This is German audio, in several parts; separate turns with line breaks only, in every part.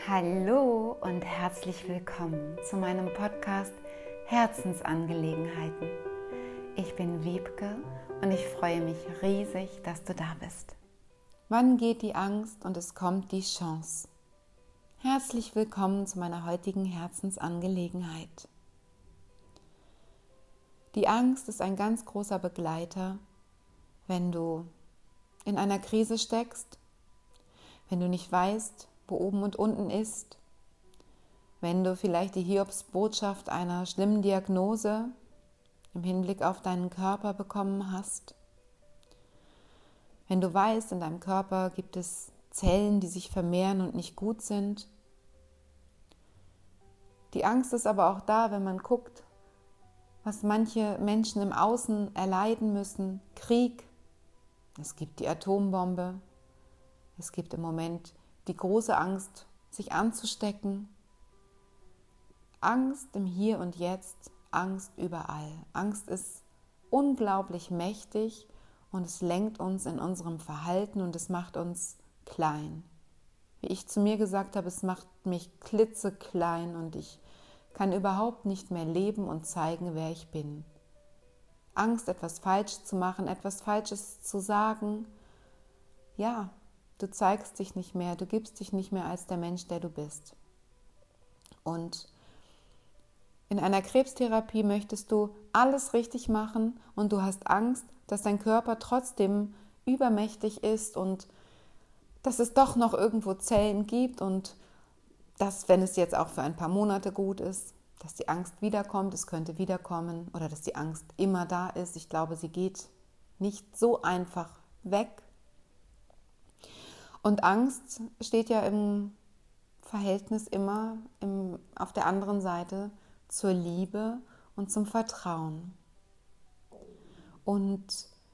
Hallo und herzlich willkommen zu meinem Podcast Herzensangelegenheiten. Ich bin Wiebke und ich freue mich riesig, dass du da bist. Wann geht die Angst und es kommt die Chance? Herzlich willkommen zu meiner heutigen Herzensangelegenheit. Die Angst ist ein ganz großer Begleiter, wenn du in einer Krise steckst, wenn du nicht weißt, wo oben und unten ist, wenn du vielleicht die Hiobsbotschaft einer schlimmen Diagnose im Hinblick auf deinen Körper bekommen hast, wenn du weißt, in deinem Körper gibt es Zellen, die sich vermehren und nicht gut sind. Die Angst ist aber auch da, wenn man guckt, was manche Menschen im Außen erleiden müssen. Krieg, es gibt die Atombombe, es gibt im Moment die große Angst, sich anzustecken. Angst im Hier und Jetzt, Angst überall. Angst ist unglaublich mächtig und es lenkt uns in unserem Verhalten und es macht uns klein. Wie ich zu mir gesagt habe, es macht mich klitzeklein und ich kann überhaupt nicht mehr leben und zeigen, wer ich bin. Angst, etwas falsch zu machen, etwas Falsches zu sagen, ja, du zeigst dich nicht mehr, du gibst dich nicht mehr als der Mensch, der du bist. Und in einer Krebstherapie möchtest du alles richtig machen und du hast Angst, dass dein Körper trotzdem übermächtig ist und dass es doch noch irgendwo Zellen gibt und dass, wenn es jetzt auch für ein paar Monate gut ist, dass die Angst wiederkommt, es könnte wiederkommen oder dass die Angst immer da ist. Ich glaube, sie geht nicht so einfach weg. Und Angst steht ja im Verhältnis immer auf der anderen Seite zur Liebe und zum Vertrauen. Und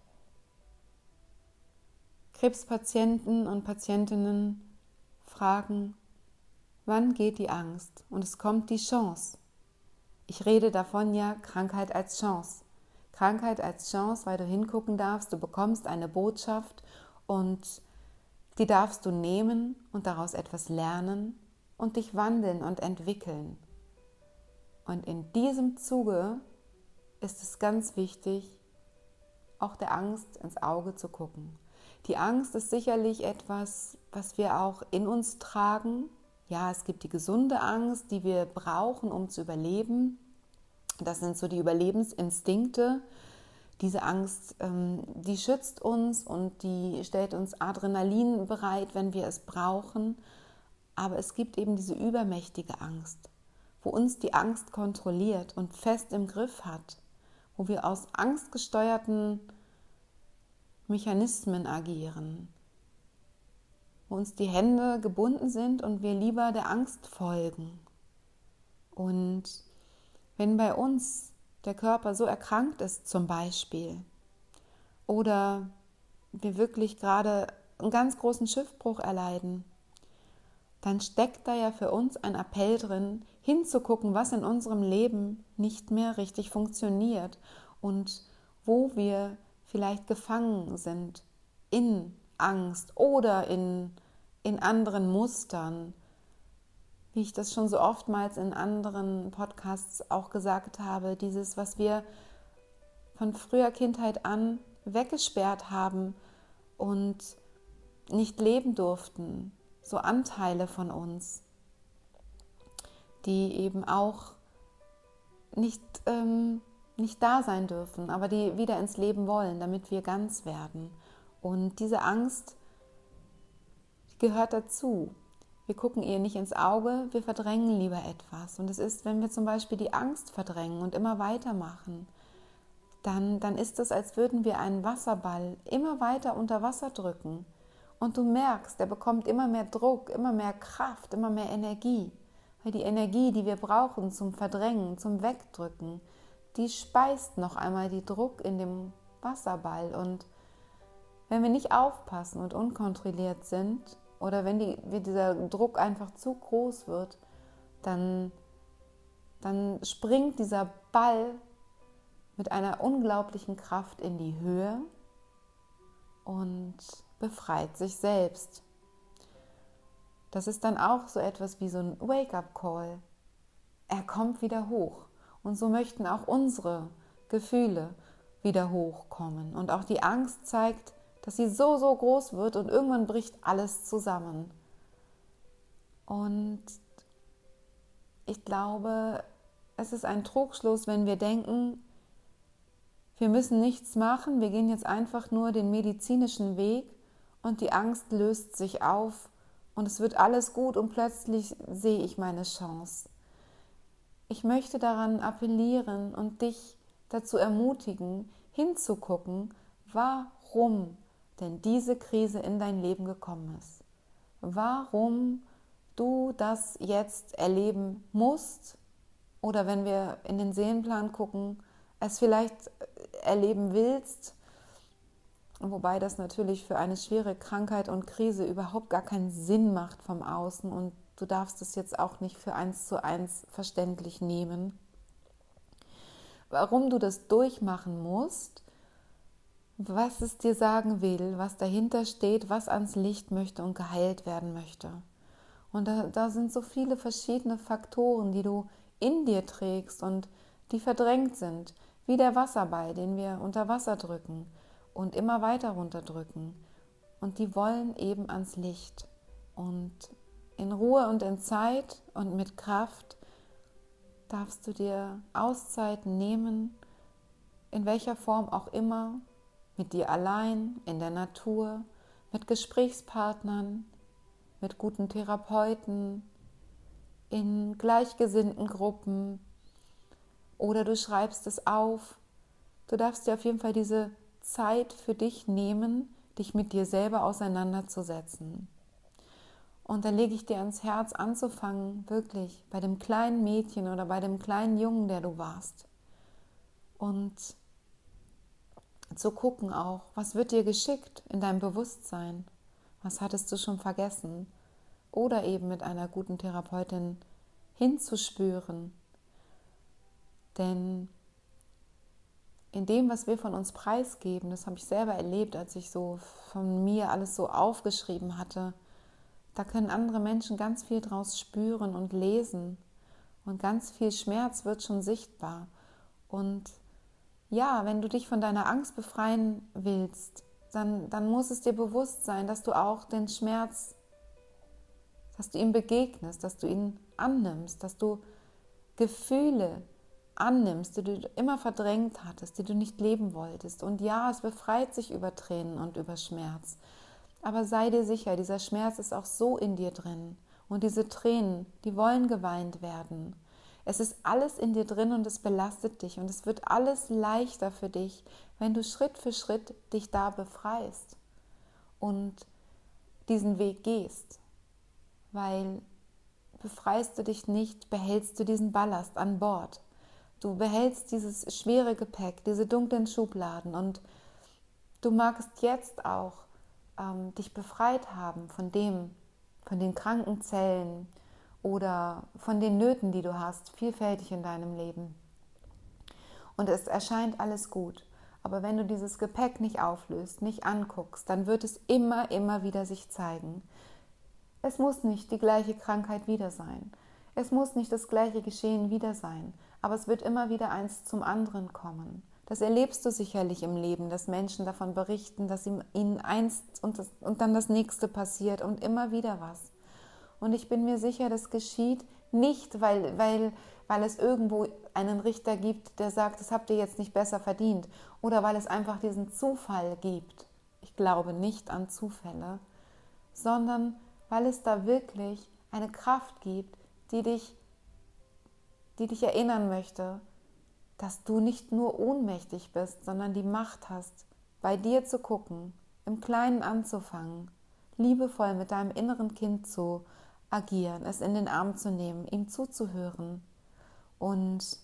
Krebspatienten und Patientinnen fragen, wann geht die Angst und es kommt die Chance. Ich rede davon ja Krankheit als Chance. Krankheit als Chance, weil du hingucken darfst, du bekommst eine Botschaft und die darfst du nehmen und daraus etwas lernen und dich wandeln und entwickeln. Und in diesem Zuge ist es ganz wichtig, auch der Angst ins Auge zu gucken. Die Angst ist sicherlich etwas, was wir auch in uns tragen. Ja, es gibt die gesunde Angst, die wir brauchen, um zu überleben. Das sind so die Überlebensinstinkte. Diese Angst, die schützt uns und die stellt uns Adrenalin bereit, wenn wir es brauchen. Aber es gibt eben diese übermächtige Angst, wo uns die Angst kontrolliert und fest im Griff hat, wo wir aus angstgesteuerten Mechanismen agieren, wo uns die Hände gebunden sind und wir lieber der Angst folgen. Und wenn bei uns der Körper so erkrankt ist zum Beispiel oder wir wirklich gerade einen ganz großen Schiffbruch erleiden, dann steckt da ja für uns ein Appell drin, hinzugucken, was in unserem Leben nicht mehr richtig funktioniert und wo wir vielleicht gefangen sind in Angst oder in anderen Mustern. Wie ich das schon so oftmals in anderen Podcasts auch gesagt habe, dieses, was wir von früher Kindheit an weggesperrt haben und nicht leben durften, so Anteile von uns, die eben auch nicht da sein dürfen, aber die wieder ins Leben wollen, damit wir ganz werden. Und diese Angst gehört dazu. Wir gucken ihr nicht ins Auge, wir verdrängen lieber etwas. Und es ist, wenn wir zum Beispiel die Angst verdrängen und immer weitermachen, dann ist es, als würden wir einen Wasserball immer weiter unter Wasser drücken. Und du merkst, der bekommt immer mehr Druck, immer mehr Kraft, immer mehr Energie. Weil die Energie, die wir brauchen zum Verdrängen, zum Wegdrücken, die speist noch einmal die Druck in dem Wasserball. Und wenn wir nicht aufpassen und unkontrolliert sind, oder wenn dieser Druck einfach zu groß wird, dann springt dieser Ball mit einer unglaublichen Kraft in die Höhe und befreit sich selbst. das ist dann auch so etwas wie so ein Wake-up-Call. Er kommt wieder hoch. Und so möchten auch unsere Gefühle wieder hochkommen. Und auch die Angst zeigt, dass sie so, so groß wird und irgendwann bricht alles zusammen. Und ich glaube, es ist ein Trugschluss, wenn wir denken, wir müssen nichts machen, wir gehen jetzt einfach nur den medizinischen Weg und die Angst löst sich auf und es wird alles gut und plötzlich sehe ich meine Chance. Ich möchte daran appellieren und dich dazu ermutigen, hinzugucken, warum denn diese Krise in dein Leben gekommen ist. Warum du das jetzt erleben musst oder wenn wir in den Seelenplan gucken, es vielleicht erleben willst, wobei das natürlich für eine schwere Krankheit und Krise überhaupt gar keinen Sinn macht vom Außen und du darfst es jetzt auch nicht für 1:1 verständlich nehmen. Warum du das durchmachen musst, was es dir sagen will, was dahinter steht, was ans Licht möchte und geheilt werden möchte. Und da sind so viele verschiedene Faktoren, die du in dir trägst und die verdrängt sind, wie der Wasserball, den wir unter Wasser drücken und immer weiter runterdrücken. Und die wollen eben ans Licht. Und in Ruhe und in Zeit und mit Kraft darfst du dir Auszeiten nehmen, in welcher Form auch immer, mit dir allein, in der Natur, mit Gesprächspartnern, mit guten Therapeuten, in gleichgesinnten Gruppen oder du schreibst es auf. Du darfst dir auf jeden Fall diese Zeit für dich nehmen, dich mit dir selber auseinanderzusetzen. Und da lege ich dir ans Herz, anzufangen, wirklich bei dem kleinen Mädchen oder bei dem kleinen Jungen, der du warst. Und zu gucken auch, was wird dir geschickt in deinem Bewusstsein? Was hattest du schon vergessen? Oder eben mit einer guten Therapeutin hinzuspüren. Denn in dem, was wir von uns preisgeben, das habe ich selber erlebt, als ich so von mir alles so aufgeschrieben hatte, da können andere Menschen ganz viel draus spüren und lesen. Und ganz viel Schmerz wird schon sichtbar. Und ja, wenn du dich von deiner Angst befreien willst, dann muss es dir bewusst sein, dass du auch den Schmerz, dass du ihm begegnest, dass du ihn annimmst, dass du Gefühle annimmst, die du immer verdrängt hattest, die du nicht leben wolltest. Und ja, es befreit sich über Tränen und über Schmerz. Aber sei dir sicher, dieser Schmerz ist auch so in dir drin. Und diese Tränen, die wollen geweint werden. Es ist alles in dir drin und es belastet dich. Und es wird alles leichter für dich, wenn du Schritt für Schritt dich da befreist und diesen Weg gehst. Weil befreist du dich nicht, behältst du diesen Ballast an Bord. Du behältst dieses schwere Gepäck, diese dunklen Schubladen und du magst jetzt auch dich befreit haben von den kranken Zellen oder von den Nöten, die du hast, vielfältig in deinem Leben. Und es erscheint alles gut. Aber wenn du dieses Gepäck nicht auflöst, nicht anguckst, dann wird es immer, immer wieder sich zeigen. Es muss nicht die gleiche Krankheit wieder sein. Es muss nicht das gleiche Geschehen wieder sein. Aber es wird immer wieder eins zum anderen kommen. Das erlebst du sicherlich im Leben, dass Menschen davon berichten, dass ihnen einst und dann das nächste passiert und immer wieder was. Und ich bin mir sicher, das geschieht nicht, weil es irgendwo einen Richter gibt, der sagt, das habt ihr jetzt nicht besser verdient. Oder weil es einfach diesen Zufall gibt. Ich glaube nicht an Zufälle, sondern weil es da wirklich eine Kraft gibt, die dich erinnern möchte, dass du nicht nur ohnmächtig bist, sondern die Macht hast, bei dir zu gucken, im Kleinen anzufangen, liebevoll mit deinem inneren Kind zu agieren, es in den Arm zu nehmen, ihm zuzuhören. Und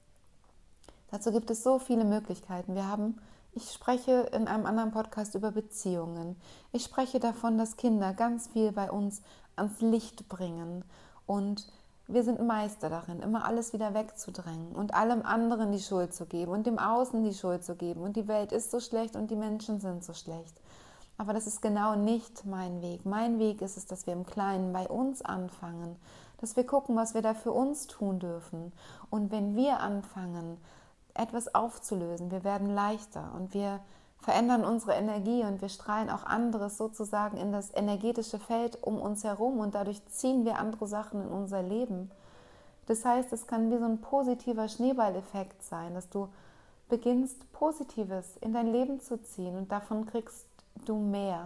dazu gibt es so viele Möglichkeiten. Ich spreche in einem anderen Podcast über Beziehungen. Ich spreche davon, dass Kinder ganz viel bei uns ans Licht bringen und wir sind Meister darin, immer alles wieder wegzudrängen und allem anderen die Schuld zu geben und dem Außen die Schuld zu geben. Und die Welt ist so schlecht und die Menschen sind so schlecht. Aber das ist genau nicht mein Weg. Mein Weg ist es, dass wir im Kleinen bei uns anfangen, dass wir gucken, was wir da für uns tun dürfen. Und wenn wir anfangen, etwas aufzulösen, wir werden leichter und wir verändern unsere Energie und wir strahlen auch anderes sozusagen in das energetische Feld um uns herum und dadurch ziehen wir andere Sachen in unser Leben. Das heißt, es kann wie so ein positiver Schneeballeffekt sein, dass du beginnst, Positives in dein Leben zu ziehen und davon kriegst du mehr.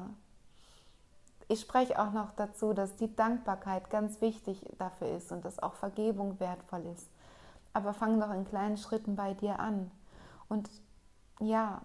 Ich spreche auch noch dazu, dass die Dankbarkeit ganz wichtig dafür ist und dass auch Vergebung wertvoll ist. Aber fang doch in kleinen Schritten bei dir an. Und ja,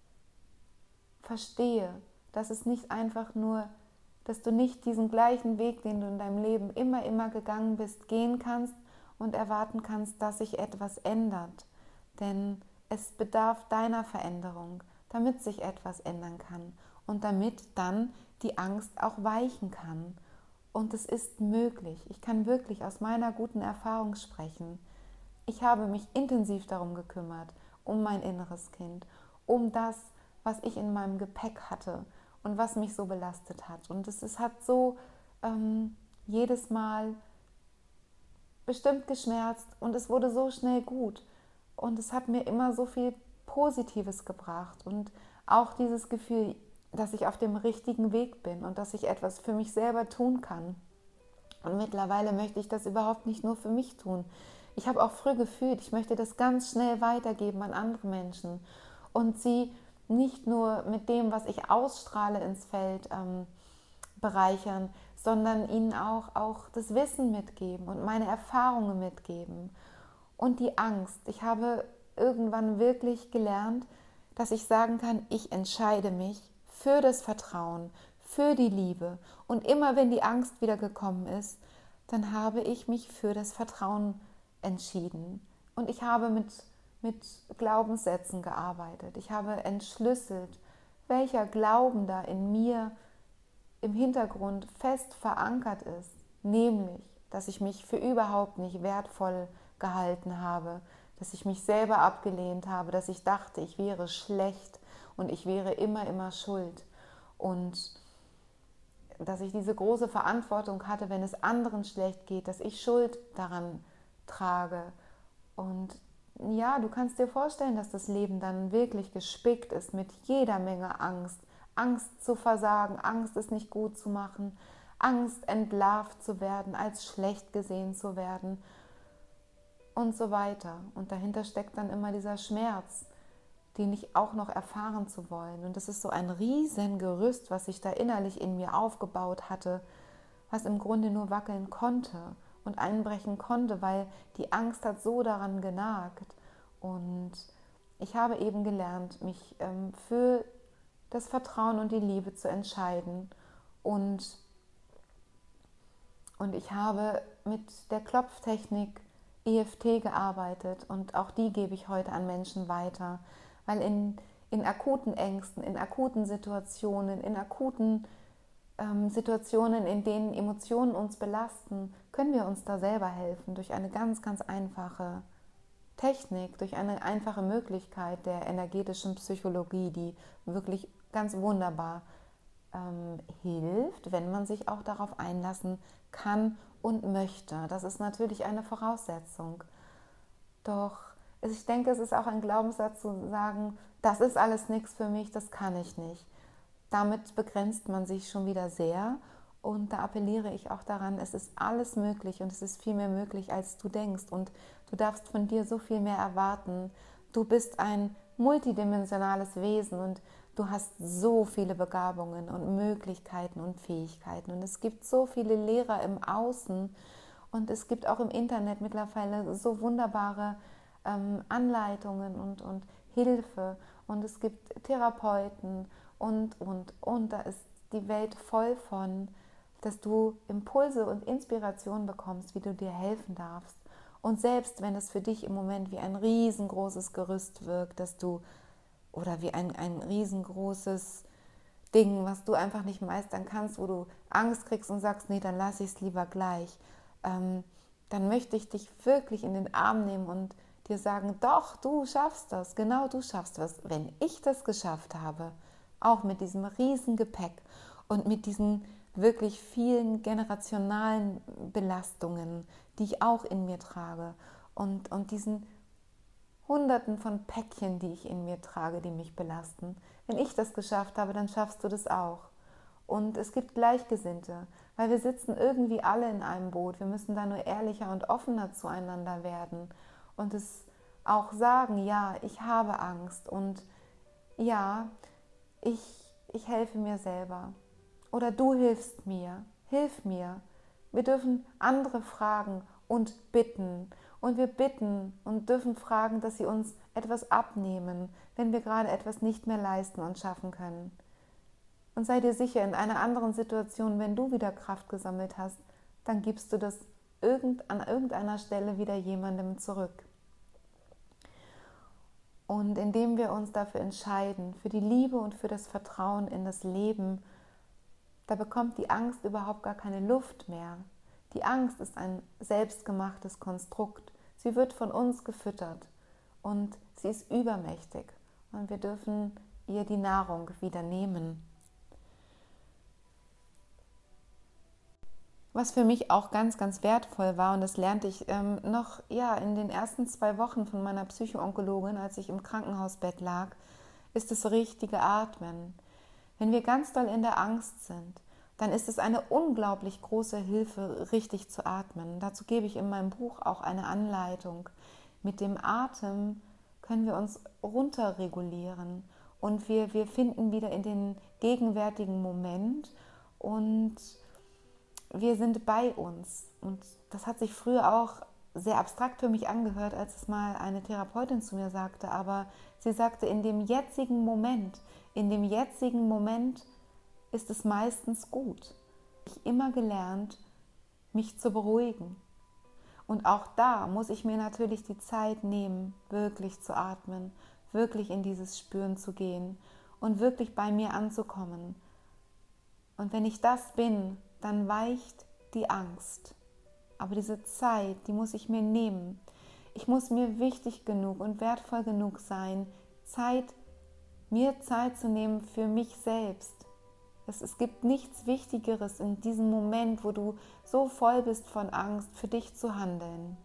verstehe, dass es nicht einfach nur, dass du nicht diesen gleichen Weg, den du in deinem Leben immer gegangen bist, gehen kannst und erwarten kannst, dass sich etwas ändert. Denn es bedarf deiner Veränderung, damit sich etwas ändern kann und damit dann die Angst auch weichen kann. Und es ist möglich. Ich kann wirklich aus meiner guten Erfahrung sprechen. Ich habe mich intensiv darum gekümmert, um mein inneres Kind, um das, was ich in meinem Gepäck hatte und was mich so belastet hat. Und es hat so jedes Mal bestimmt geschmerzt und es wurde so schnell gut. Und es hat mir immer so viel Positives gebracht und auch dieses Gefühl, dass ich auf dem richtigen Weg bin und dass ich etwas für mich selber tun kann. Und mittlerweile möchte ich das überhaupt nicht nur für mich tun. Ich habe auch früh gefühlt, ich möchte das ganz schnell weitergeben an andere Menschen und sie nicht nur mit dem, was ich ausstrahle ins Feld, bereichern, sondern ihnen auch das Wissen mitgeben und meine Erfahrungen mitgeben. Und die Angst. Ich habe irgendwann wirklich gelernt, dass ich sagen kann, ich entscheide mich für das Vertrauen, für die Liebe. Und immer wenn die Angst wieder gekommen ist, dann habe ich mich für das Vertrauen entschieden. Und ich habe mit Glaubenssätzen gearbeitet. Ich habe entschlüsselt, welcher Glauben da in mir im Hintergrund fest verankert ist. Nämlich, dass ich mich für überhaupt nicht wertvoll gehalten habe, dass ich mich selber abgelehnt habe, dass ich dachte, ich wäre schlecht und ich wäre immer schuld und dass ich diese große Verantwortung hatte, wenn es anderen schlecht geht, dass ich Schuld daran trage. Und ja, du kannst dir vorstellen, dass das Leben dann wirklich gespickt ist mit jeder Menge Angst. Angst zu versagen, Angst es nicht gut zu machen, Angst entlarvt zu werden, als schlecht gesehen zu werden und so weiter. Und dahinter steckt dann immer dieser Schmerz, den ich auch noch erfahren zu wollen. Und das ist so ein Riesengerüst, was ich da innerlich in mir aufgebaut hatte, was im Grunde nur wackeln konnte und einbrechen konnte, weil die Angst hat so daran genagt. Und ich habe eben gelernt, mich für das Vertrauen und die Liebe zu entscheiden. Und ich habe mit der Klopftechnik EFT gearbeitet und auch die gebe ich heute an Menschen weiter, weil in akuten Ängsten, in akuten Situationen, Situationen, in denen Emotionen uns belasten, können wir uns da selber helfen durch eine ganz einfache Technik, durch eine einfache Möglichkeit der energetischen Psychologie, die wirklich ganz wunderbar hilft, wenn man sich auch darauf einlassen kann und möchte. Das ist natürlich eine Voraussetzung. Doch ich denke, es ist auch ein Glaubenssatz zu sagen, das ist alles nichts für mich, das kann ich nicht. Damit begrenzt man sich schon wieder sehr und da appelliere ich auch daran, es ist alles möglich und es ist viel mehr möglich, als du denkst und du darfst von dir so viel mehr erwarten. Du bist ein multidimensionales Wesen und du hast so viele Begabungen und Möglichkeiten und Fähigkeiten und es gibt so viele Lehrer im Außen und es gibt auch im Internet mittlerweile so wunderbare Anleitungen und Hilfe und es gibt Therapeuten und da ist die Welt voll von, dass du Impulse und Inspiration bekommst, wie du dir helfen darfst. Und selbst wenn es für dich im Moment wie ein riesengroßes Gerüst wirkt, oder wie ein riesengroßes Ding, was du einfach nicht meistern kannst, wo du Angst kriegst und sagst, nee, dann lasse ich es lieber gleich, dann möchte ich dich wirklich in den Arm nehmen und dir sagen, doch, du schaffst das, genau du schaffst das. Wenn ich das geschafft habe, auch mit diesem riesen Gepäck und mit diesen wirklich vielen generationalen Belastungen, die ich auch in mir trage und diesen Hunderten von Päckchen, die ich in mir trage, die mich belasten. Wenn ich das geschafft habe, dann schaffst du das auch. Und es gibt Gleichgesinnte, weil wir sitzen irgendwie alle in einem Boot. Wir müssen da nur ehrlicher und offener zueinander werden und es auch sagen, ja, ich habe Angst und ja, ich helfe mir selber. Oder du hilfst mir, hilf mir. Wir dürfen andere fragen und bitten. Und wir bitten und dürfen fragen, dass sie uns etwas abnehmen, wenn wir gerade etwas nicht mehr leisten und schaffen können. Und sei dir sicher, in einer anderen Situation, wenn du wieder Kraft gesammelt hast, dann gibst du das an irgendeiner Stelle wieder jemandem zurück. Und indem wir uns dafür entscheiden, für die Liebe und für das Vertrauen in das Leben, da bekommt die Angst überhaupt gar keine Luft mehr. Die Angst ist ein selbstgemachtes Konstrukt. Sie wird von uns gefüttert und sie ist übermächtig. Und wir dürfen ihr die Nahrung wieder nehmen. Was für mich auch ganz, ganz wertvoll war, und das lernte ich noch in den ersten 2 Wochen von meiner Psychoonkologin, als ich im Krankenhausbett lag, ist das richtige Atmen. Wenn wir ganz doll in der Angst sind, dann ist es eine unglaublich große Hilfe, richtig zu atmen. Dazu gebe ich in meinem Buch auch eine Anleitung. Mit dem Atem können wir uns runterregulieren und wir finden wieder in den gegenwärtigen Moment und wir sind bei uns. Und das hat sich früher auch sehr abstrakt für mich angehört, als es mal eine Therapeutin zu mir sagte. Aber sie sagte, in dem jetzigen Moment ist es meistens gut. Ich habe immer gelernt, mich zu beruhigen. Und auch da muss ich mir natürlich die Zeit nehmen, wirklich zu atmen, wirklich in dieses Spüren zu gehen und wirklich bei mir anzukommen. Und wenn ich das bin, dann weicht die Angst. Aber diese Zeit, die muss ich mir nehmen. Ich muss mir wichtig genug und wertvoll genug sein, mir Zeit zu nehmen für mich selbst. Es gibt nichts Wichtigeres in diesem Moment, wo du so voll bist von Angst, für dich zu handeln.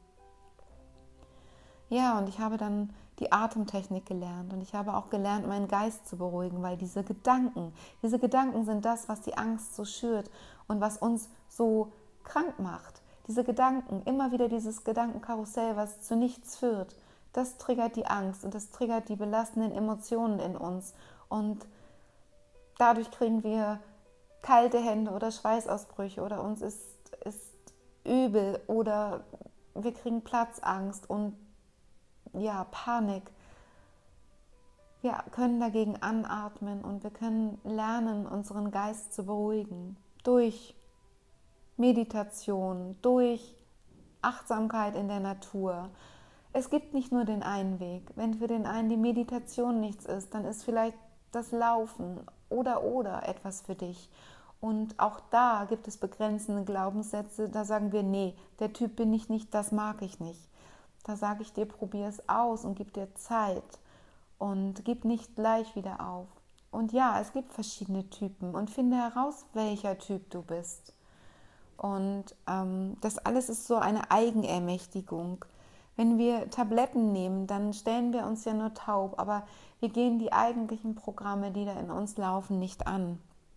Ja, und ich habe dann die Atemtechnik gelernt und ich habe auch gelernt, meinen Geist zu beruhigen, weil diese Gedanken sind das, was die Angst so schürt und was uns so krank macht. Diese Gedanken, immer wieder dieses Gedankenkarussell, was zu nichts führt, das triggert die Angst und das triggert die belastenden Emotionen in uns und dadurch kriegen wir kalte Hände oder Schweißausbrüche oder uns ist übel oder wir kriegen Platzangst und Panik. Wir können dagegen anatmen und wir können lernen, unseren Geist zu beruhigen. Durch Meditation, durch Achtsamkeit in der Natur. Es gibt nicht nur den einen Weg. Wenn für den einen die Meditation nichts ist, dann ist vielleicht das Laufen oder etwas für dich. Und auch da gibt es begrenzende Glaubenssätze, da sagen wir, nee, der Typ bin ich nicht, das mag ich nicht. Da sage ich dir, probier es aus und gib dir Zeit und gib nicht gleich wieder auf. Und ja, es gibt verschiedene Typen und finde heraus, welcher Typ du bist. Und das alles ist so eine Eigenermächtigung. Wenn wir Tabletten nehmen, dann stellen wir uns ja nur taub, aber wir gehen die eigentlichen Programme, die da in uns laufen, nicht an.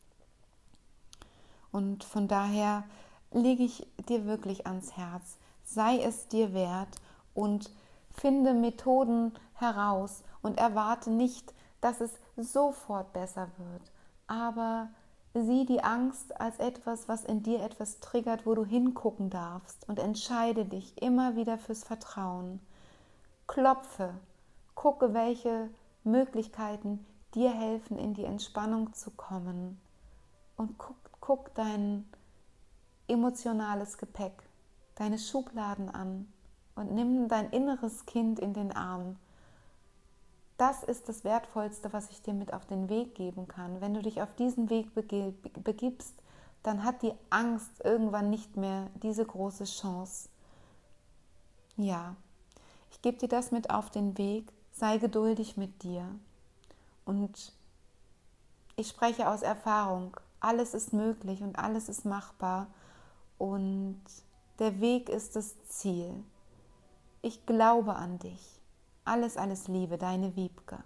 Und von daher lege ich dir wirklich ans Herz, sei es dir wert und finde Methoden heraus und erwarte nicht, dass es sofort besser wird, aber sieh die Angst als etwas, was in dir etwas triggert, wo du hingucken darfst und entscheide dich immer wieder fürs Vertrauen. Klopfe, gucke, welche Möglichkeiten dir helfen, in die Entspannung zu kommen und guck dein emotionales Gepäck, deine Schubladen an und nimm dein inneres Kind in den Arm. Das ist das Wertvollste, was ich dir mit auf den Weg geben kann. Wenn du dich auf diesen Weg begibst, dann hat die Angst irgendwann nicht mehr diese große Chance. Ja, ich gebe dir das mit auf den Weg. Sei geduldig mit dir und Ich spreche aus Erfahrung. Alles ist möglich und alles ist machbar und der Weg ist das Ziel. Ich glaube an dich. Alles, alles Liebe, deine Wiebke.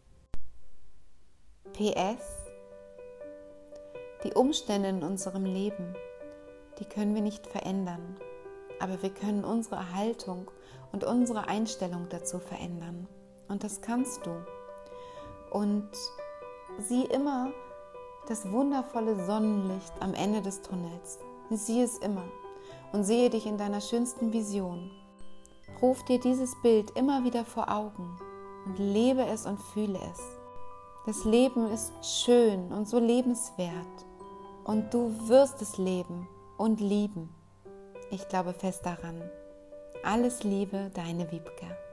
PS. Die Umstände in unserem Leben, die können wir nicht verändern, aber wir können unsere Haltung und unsere Einstellung dazu verändern. Und das kannst du. Und sieh immer das wundervolle Sonnenlicht am Ende des Tunnels. Sieh es immer und sehe dich in deiner schönsten Vision. Ruf dir dieses Bild immer wieder vor Augen und lebe es und fühle es. Das Leben ist schön und so lebenswert und du wirst es leben und lieben. Ich glaube fest daran. Alles Liebe, deine Wiebke.